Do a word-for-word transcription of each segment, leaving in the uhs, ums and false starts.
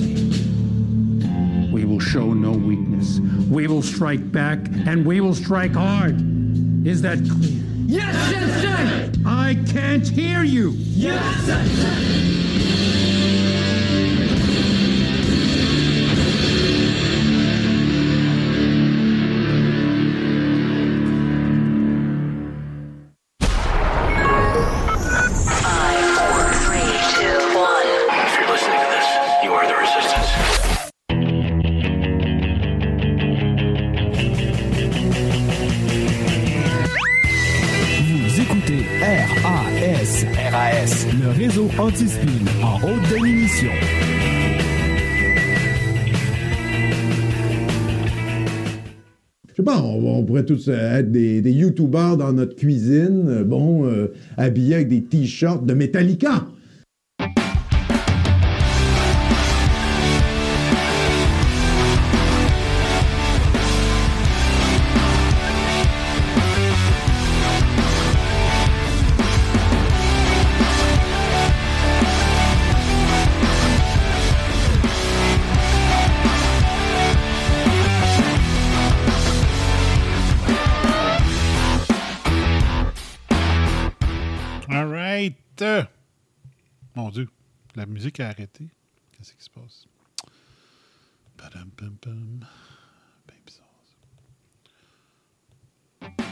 same. We will show no weakness. We will strike back, and we will strike hard. Is that clear? Yes, Sensei! I can't hear you! Yes, Sensei! Le réseau anti-spin en haute définition. Je sais pas, on, on pourrait tous euh, être des, des YouTubers dans notre cuisine, euh, bon, euh, habillés avec des t-shirts de Metallica. Mon Dieu, la musique a arrêté. Qu'est-ce qui se passe? Padam, pam, pam. Ben bizarre, ça.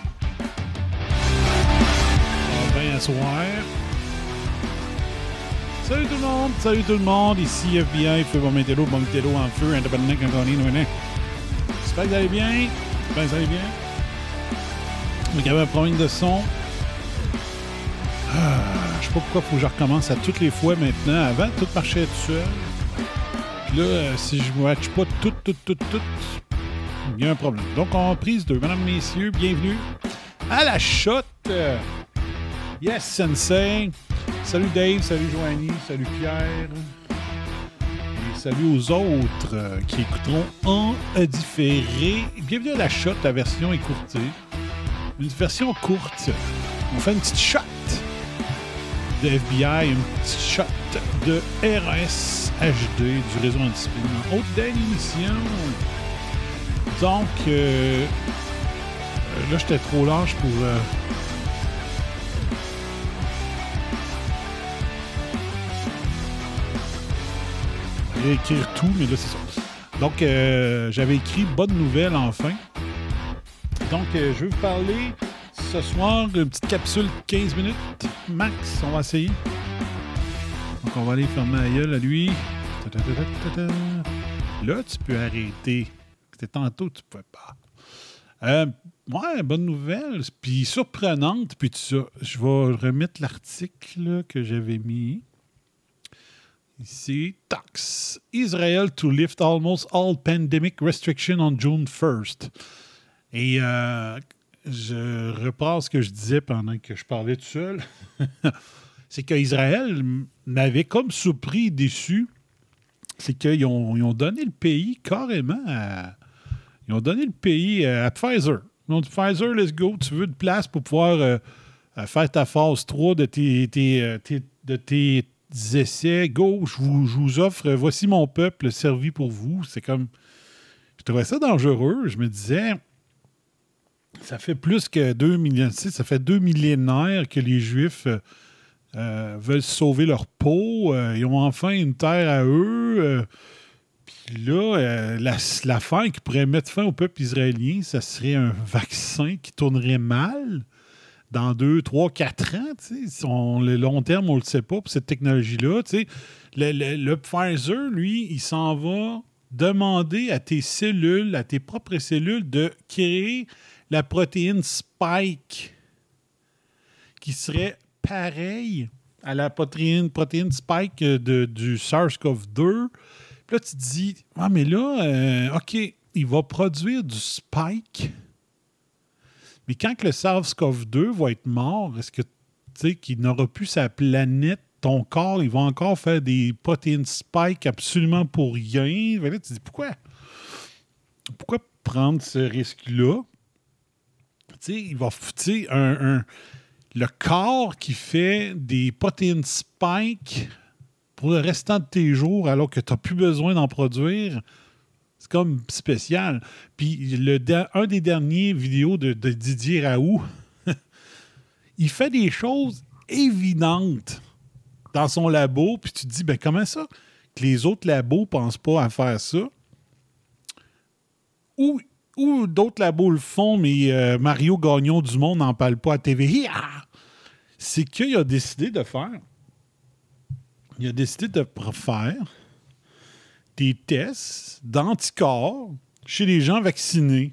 On va bien soir. Salut tout le monde, salut tout le monde. Ici F B I, Feu Bon Métello, Bon Métello en feu, indépendant quand on est, nous, j'espère que vous allez bien. J'espère que vous allez bien. Il y avait un problème de son. Ah, je sais pas pourquoi il faut que je recommence à toutes les fois maintenant. Avant, tout marchait tout seul. Puis là, euh, si je ne watch pas tout, tout, tout, tout, il y a un problème. Donc, on prise deux. Mesdames, messieurs, bienvenue à la shot. Yes, Sensei. Salut Dave, salut Joanie, salut Pierre. Et salut aux autres euh, qui écouteront en différé. Bienvenue à la shot, la version écourtée. Une version courte. On fait une petite shot de F B I, une petite shot de R S H D du réseau anti-spin en haute d'émission. Donc, euh, là, j'étais trop large pour... Euh, réécrire tout, mais là, c'est ça. Donc, euh, j'avais écrit « Bonne nouvelle, enfin ». Donc, euh, je vais vous parler... Ce soir, une petite capsule de quinze minutes, max, on va essayer. Donc, on va aller fermer la gueule à lui. Là, tu peux arrêter. C'était tantôt, tu ne pouvais pas. Euh, ouais, bonne nouvelle, puis surprenante, puis tout ça. Je vais remettre l'article là, que j'avais mis. Ici, Tax. Israel to lift almost all pandemic restrictions on June first. Et... Euh, je reprends ce que je disais pendant que je parlais tout seul. C'est qu'Israël m'avait comme surpris, déçu. C'est qu'ils ont, ils ont donné le pays carrément à... Ils ont donné le pays à Pfizer. Ils ont dit, Pfizer, let's go. Tu veux de place pour pouvoir euh, faire ta phase trois de tes, tes, tes, de tes essais. Go, je vous, je vous offre, voici mon peuple servi pour vous. C'est comme... Je trouvais ça dangereux. Je me disais... Ça fait plus que deux millions, tu sais, ça fait deux millénaires que les Juifs euh, euh, veulent sauver leur peau. Euh, ils ont enfin une terre à eux. Euh, Puis là, euh, la, l'affaire qui pourrait mettre fin au peuple israélien, ça serait un vaccin qui tournerait mal dans deux, trois, quatre ans. Tu sais, on, le long terme, on ne le sait pas pour cette technologie-là. Tu sais, le, le, le Pfizer, lui, il s'en va demander à tes cellules, à tes propres cellules, de créer la protéine Spike, qui serait pareille à la protéine, protéine Spike de, du SARS-CoV deux. Puis là, tu te dis, ah, mais là, euh, OK, il va produire du Spike. Mais quand que le SARS-CoV deux va être mort, est-ce que, tu sais, qu'il n'aura plus sa planète, ton corps, il va encore faire des protéines Spike absolument pour rien? Fait là, tu te dis, pourquoi? Pourquoi prendre ce risque-là? Tu sais, il va, tu sais, un, un, le corps qui fait des protéines Spike pour le restant de tes jours, alors que tu n'as plus besoin d'en produire, c'est comme spécial. Puis, le, un des derniers vidéos de, de Didier Raoult, il fait des choses évidentes dans son labo, puis tu te dis, ben comment ça que les autres labos ne pensent pas à faire ça? Ou, ou d'autres labos le font, mais euh, Mario Gagnon du Monde n'en parle pas à T V. Ah! C'est qu'il a décidé de faire. Il a décidé de faire des tests d'anticorps chez les gens vaccinés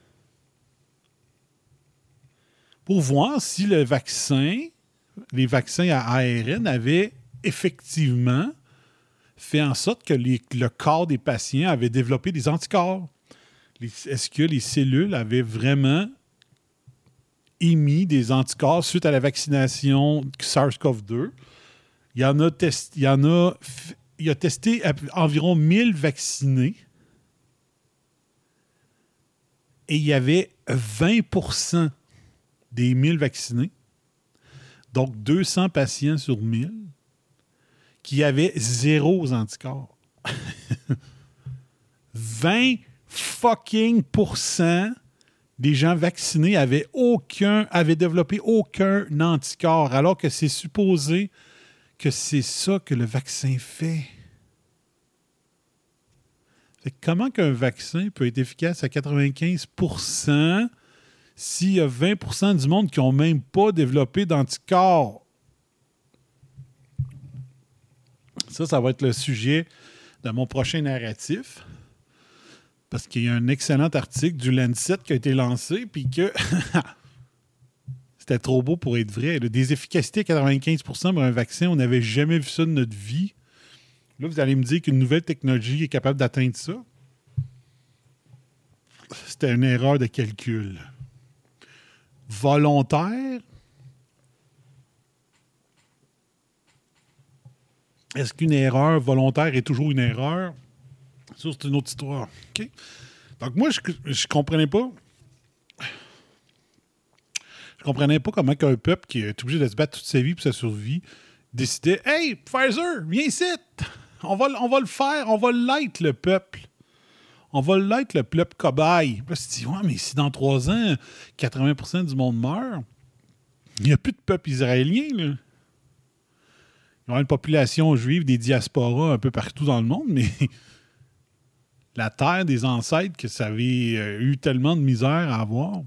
pour voir si le vaccin, les vaccins à A R N avaient effectivement fait en sorte que les, le corps des patients avait développé des anticorps. Les, est-ce que les cellules avaient vraiment émis des anticorps suite à la vaccination SARS-CoV deux? Il y en a testé, il y en a, il a testé environ mille vaccinés et il y avait vingt pour cent des mille vaccinés, donc deux cents patients sur mille, qui avaient zéro anticorps. vingt fucking pourcent des gens vaccinés avaient aucun, avaient développé aucun anticorps, alors que c'est supposé que c'est ça que le vaccin fait. Fait que comment qu'un vaccin peut être efficace à quatre-vingt-quinze pour cent s'il y a vingt pour cent du monde qui n'ont même pas développé d'anticorps? Ça, ça va être le sujet de mon prochain narratif. Parce qu'il y a un excellent article du Lancet qui a été lancé, puis que c'était trop beau pour être vrai. Là, des efficacités à quatre-vingt-quinze pour cent pour un vaccin, on n'avait jamais vu ça de notre vie. Là, vous allez me dire qu'une nouvelle technologie est capable d'atteindre ça. C'était une erreur de calcul. Volontaire? Est-ce qu'une erreur volontaire est toujours une erreur? Ça, c'est une autre histoire. Okay? Donc, moi, je ne comprenais pas. Je comprenais pas comment qu'un peuple qui est obligé de se battre toute sa vie pour sa survie décidait « Hey, Pfizer, viens ici! On va, on va le faire, on va l'être, le peuple. On va l'être, le peuple cobaye. » Là, tu te dis « Ouais, mais si dans trois ans, quatre-vingts pour cent du monde meurt, il n'y a plus de peuple israélien, là. » Il y aura une population juive, des diasporas un peu partout dans le monde, mais la terre des ancêtres, que ça avait euh, eu tellement de misère à avoir,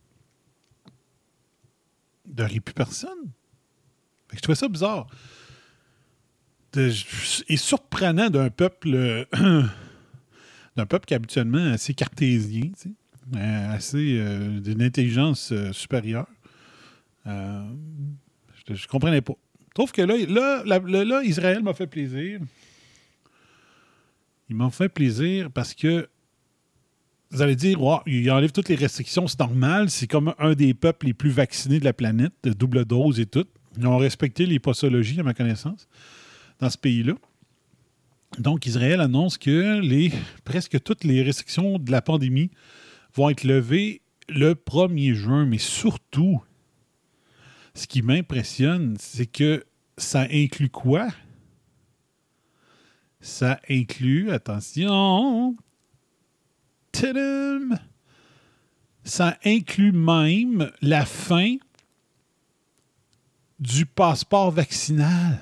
il n'y aurait plus personne. Fait que je trouvais ça bizarre. De, et surprenant d'un peuple euh, d'un peuple qui est habituellement assez cartésien, tu sais, euh, assez euh, d'une intelligence euh, supérieure. Euh, je ne comprenais pas. Je trouve que là, là, là, là, Israël m'a fait plaisir. Il m'a fait plaisir parce que vous allez dire, wow, il enlève toutes les restrictions, c'est normal, c'est comme un des peuples les plus vaccinés de la planète, de double dose et tout. Ils ont respecté les posologies, à ma connaissance, dans ce pays-là. Donc, Israël annonce que les, presque toutes les restrictions de la pandémie vont être levées le premier juin, mais surtout, ce qui m'impressionne, c'est que ça inclut quoi? Ça inclut, attention, tadam, ça inclut même la fin du passeport vaccinal.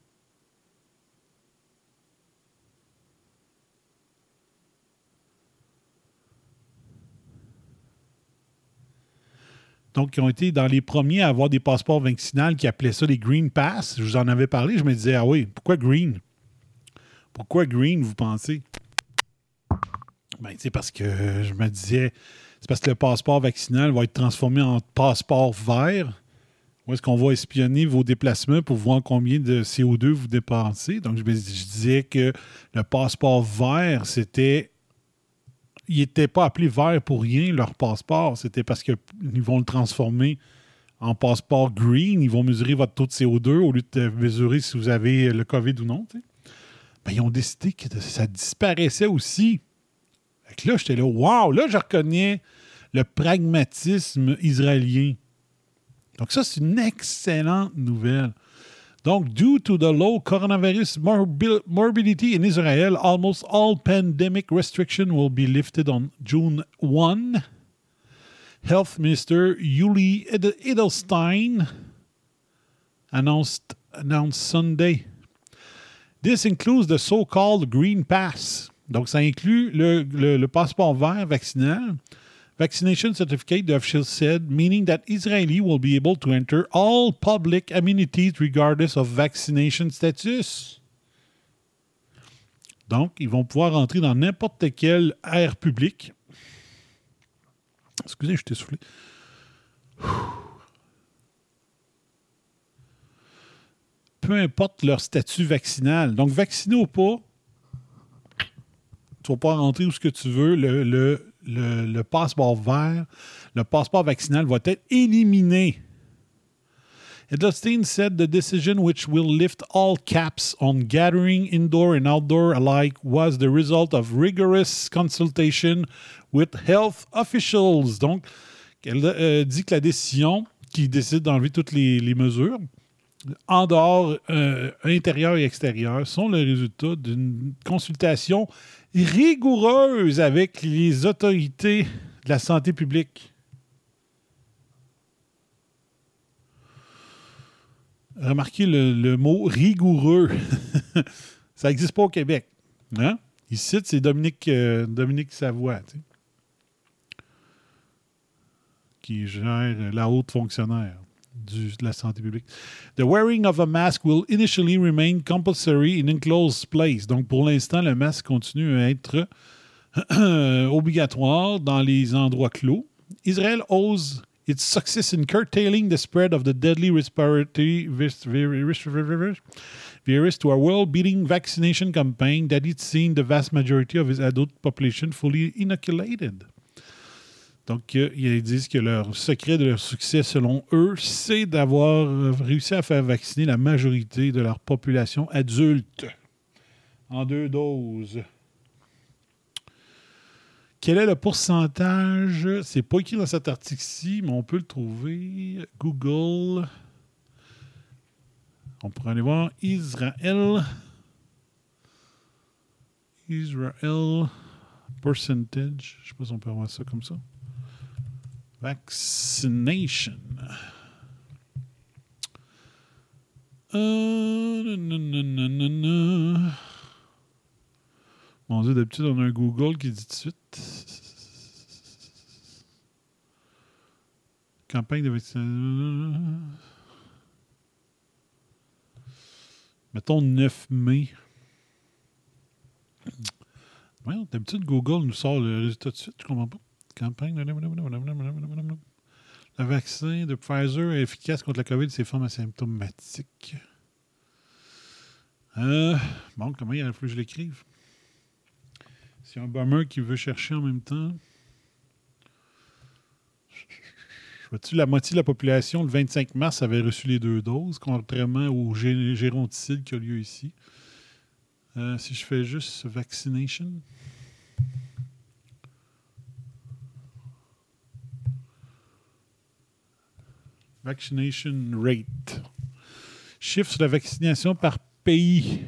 Donc, qui ont été dans les premiers à avoir des passeports vaccinaux qui appelaient ça des Green Pass. Je vous en avais parlé. Je me disais, ah oui, pourquoi Green? Pourquoi Green, vous pensez? Ben, c'est parce que je me disais, c'est parce que le passeport vaccinal va être transformé en passeport vert. Où est-ce qu'on va espionner vos déplacements pour voir combien de C O deux vous dépensez? Donc, je, me, je disais que le passeport vert, c'était... Ils n'étaient pas appelés vert pour rien, leur passeport. C'était parce qu'ils vont le transformer en passeport green. Ils vont mesurer votre taux de C O deux au lieu de mesurer si vous avez le COVID ou non. Ben, ils ont décidé que ça disparaissait aussi. Fait que là, j'étais là, wow! Là, je reconnais le pragmatisme israélien. Donc ça, c'est une excellente nouvelle. Donc, due to the low coronavirus morbi- morbidity in Israel, almost all pandemic restrictions will be lifted on June first. Health Minister Yuli Ed- Edelstein announced, announced Sunday. This includes the so-called Green Pass. Donc, ça inclut le, le, le passeport vert vaccinal. Vaccination certificate, the official said, meaning that Israeli will be able to enter all public amenities regardless of vaccination status. Donc, ils vont pouvoir entrer dans n'importe quelle aire publique. Excusez, je t'ai soufflé. Peu importe leur statut vaccinal. Donc, vacciné ou pas, tu vas pouvoir rentrer où ce que tu veux. Le, le, le, le passeport vert, le passeport vaccinal va être éliminé. Edelstein said the decision, which will lift all caps on gathering indoor and outdoor alike, was the result of rigorous consultation with health officials. Donc, elle euh, dit que la décision qui décide d'enlever toutes les, les mesures, en dehors, euh, intérieur et extérieur, sont le résultat d'une consultation rigoureuse avec les autorités de la santé publique. Remarquez le, le mot rigoureux. Ça n'existe pas au Québec. Hein? Ici, c'est Dominique, euh, Dominique Savoie, tu sais, qui gère la haute fonctionnaire du, de la santé publique. The wearing of a mask will initially remain compulsory in enclosed place. Donc, pour l'instant, le masque continue à être obligatoire dans les endroits clos. Israel owes its success in curtailing the spread of the deadly respiratory virus to a world-beating vaccination campaign that it's seen the vast majority of its adult population fully inoculated. Donc, euh, ils disent que leur secret de leur succès, selon eux, c'est d'avoir réussi à faire vacciner la majorité de leur population adulte en deux doses. Quel est le pourcentage? C'est pas écrit dans cet article-ci, mais on peut le trouver. Google. On pourrait aller voir Israël. Israël percentage. Je ne sais pas si on peut avoir ça comme ça. Vaccination. Euh, nanana. Mon Dieu, d'habitude, on a un Google qui dit tout de suite. Campagne de vaccination. Mettons neuf mai. Ouais, d'habitude, Google nous sort le résultat de suite. Je comprends pas. Campagne. Le vaccin de Pfizer est efficace contre la COVID et ses formes asymptomatiques. Euh, bon, comment il aurait fallu que je l'écrive? S'il y a un bummer qui veut chercher en même temps. Vois-tu, la moitié de la population, le vingt-cinq mars, avait reçu les deux doses, contrairement au gé- géronticide qui a lieu ici. Euh, si je fais juste vaccination. Vaccination rate. Chiffre sur la vaccination par pays.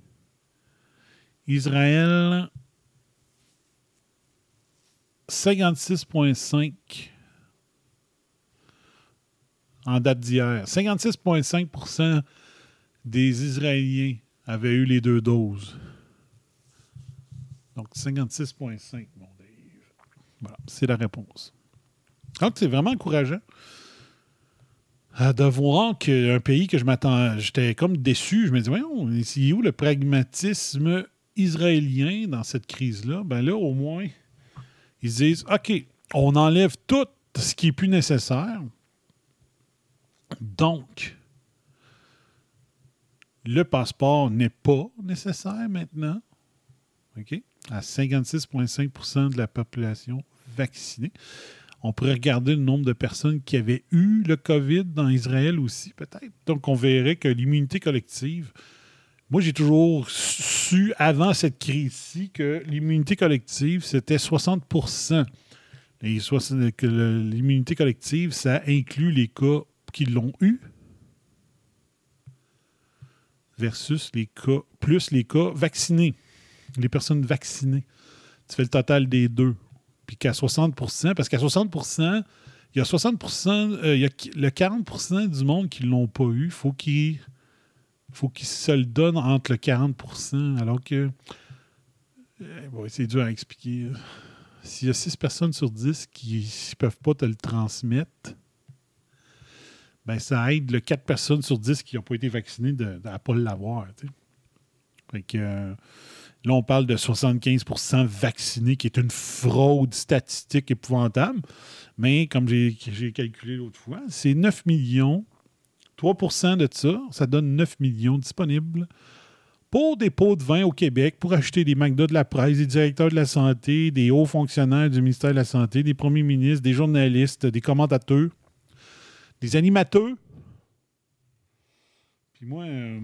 Israël, cinquante-six virgule cinq en date d'hier. cinquante-six virgule cinq pour cent des Israéliens avaient eu les deux doses. Donc, cinquante-six virgule cinq, mon Dave. Voilà, c'est la réponse. Donc, c'est vraiment encourageant de voir qu'un pays que je m'attends, j'étais comme déçu. Je me dis, voyons, c'est où le pragmatisme israélien dans cette crise-là? Ben là, au moins, ils se disent, OK, on enlève tout ce qui est plus nécessaire. Donc, le passeport n'est pas nécessaire maintenant. OK? À cinquante-six virgule cinq pour cent de la population vaccinée. On pourrait regarder le nombre de personnes qui avaient eu le COVID dans Israël aussi, peut-être. Donc, on verrait que l'immunité collective... Moi, j'ai toujours su, avant cette crise-ci, que l'immunité collective, c'était soixante pour cent. Et que l'immunité collective, ça inclut les cas qui l'ont eu. versus les cas, plus les cas vaccinés, les personnes vaccinées. Tu fais le total des deux. Puis qu'à soixante pour cent, parce qu'à soixante pour cent, il y a soixante pour cent, euh, il y a le quarante pour cent du monde qui ne l'ont pas eu. Il faut qu'ils faut qu'ils se le donnent entre le quarante pour cent, alors que euh, bon, c'est dur à expliquer. S'il y a six personnes sur dix qui ne peuvent pas te le transmettre, ben ça aide le quatre personnes sur dix qui n'ont pas été vaccinées de, de, à ne pas l'avoir. Tu sais. Fait que, euh, là, on parle de soixante-quinze pour cent vaccinés, qui est une fraude statistique épouvantable. Mais comme j'ai, j'ai calculé l'autre fois, c'est neuf millions. trois pour cent de ça, ça donne neuf millions disponibles pour des pots de vin au Québec, pour acheter des McDo de la presse, des directeurs de la santé, des hauts fonctionnaires du ministère de la Santé, des premiers ministres, des journalistes, des commentateurs, des animateurs. Puis moi... Euh,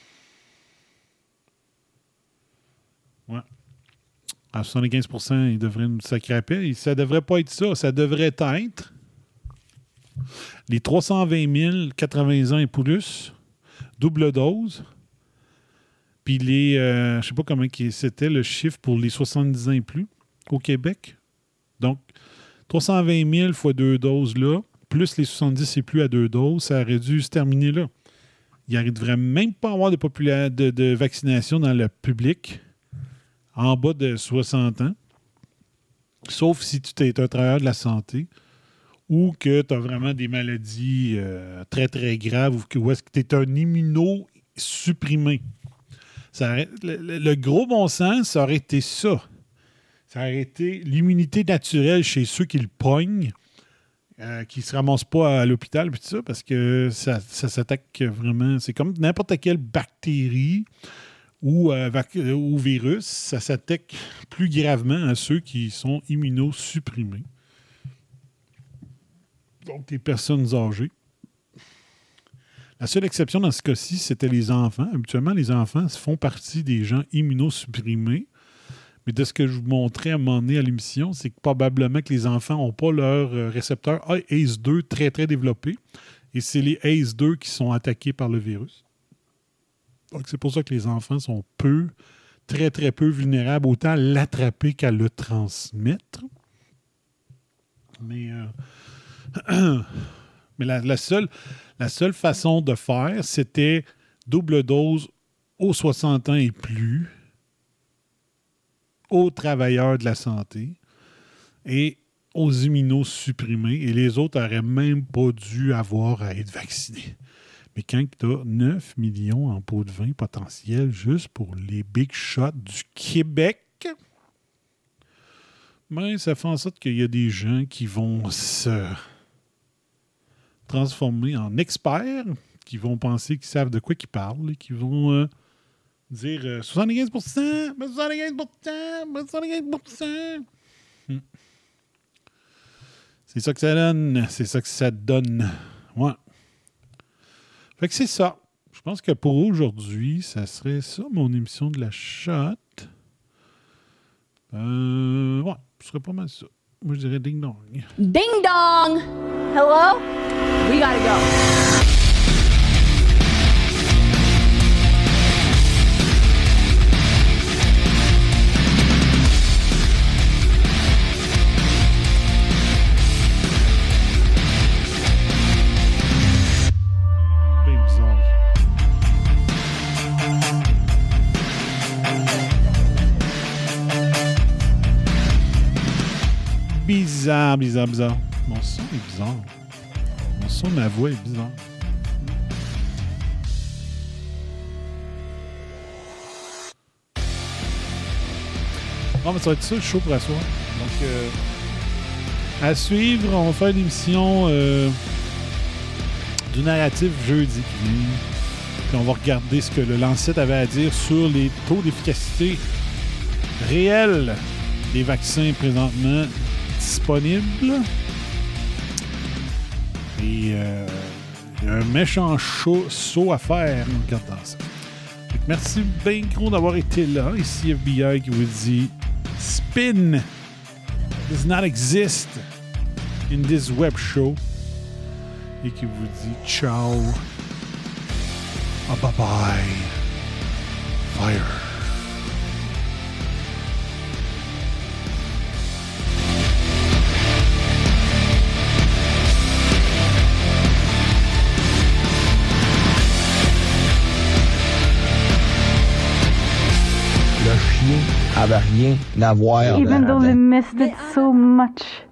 ouais. À soixante-quinze pour cent, ils devraient nous sacrer à paix. Ça ne devrait pas être ça. Ça devrait être les trois cent vingt mille quatre-vingts ans et plus, double dose. Puis les... Euh, je ne sais pas comment c'était le chiffre pour les soixante-dix ans et plus au Québec. Donc, trois cent vingt mille fois deux doses là, plus les soixante-dix et plus à deux doses, ça aurait dû se terminer là. Il ne devrait même pas avoir de, popula- de, de vaccination dans le public en bas de soixante ans, sauf si tu es un travailleur de la santé ou que tu as vraiment des maladies euh, très, très graves ou, que, ou est-ce que tu es un immunosupprimé. Ça aurait, le, le gros bon sens, ça aurait été ça. Ça aurait été l'immunité naturelle chez ceux qui le pognent, euh, qui ne se ramassent pas à l'hôpital, puis tout ça, parce que ça, ça s'attaque vraiment. C'est comme n'importe quelle bactérie ou, euh, vac- ou virus, ça s'attaque plus gravement à ceux qui sont immunosupprimés. Donc, les personnes âgées. La seule exception dans ce cas-ci, c'était les enfants. Habituellement, les enfants font partie des gens immunosupprimés. Mais de ce que je vous montrais à un moment donné à l'émission, c'est que probablement que les enfants n'ont pas leur euh, récepteur A C E deux très, très développé. Et c'est les A C E deux qui sont attaqués par le virus. Donc, c'est pour ça que les enfants sont peu, très, très peu vulnérables, autant à l'attraper qu'à le transmettre. Mais... Euh, Mais la, la, seule, la seule façon de faire, c'était double dose aux soixante ans et plus, aux travailleurs de la santé et aux immunosupprimés. Et les autres n'auraient même pas dû avoir à être vaccinés. Mais quand tu as neuf millions en pots de vin potentiels juste pour les big shots du Québec, ben, ça fait en sorte qu'il y a des gens qui vont se... transformés en experts, qui vont penser qu'ils savent de quoi ils parlent, et qui vont euh, dire euh, soixante-quinze pour cent, mais soixante-quinze pour cent, mais soixante-quinze pour cent. Hmm. C'est ça que ça donne. C'est ça que ça donne. Ouais. Fait que c'est ça. Je pense que pour aujourd'hui, ça serait ça, mon émission de la shot. Euh, ouais, ce serait pas mal ça. Moi, je dirais ding-dong. Ding-dong! Hello? We gotta go. Bien bizarre. Bizarre, bizarre, bizarre. Mon son est bizarre. Mon son, ma voix est bizarre. Bon, mais ça va être ça le show pour la soirée. Donc, euh, à suivre, on va faire une émission euh, du narratif jeudi qui vient. Puis on va regarder ce que le Lancet avait à dire sur les taux d'efficacité réels des vaccins présentement disponible. Et euh, il y a un méchant show, saut à faire en regardant ça. Donc, merci bien gros d'avoir été là. Ici F B I qui vous dit Spin does not exist in this web show. Et qui vous dit ciao. Ah, bye bye. fire. Le chien avait rien à voir. Even though they missed it so much.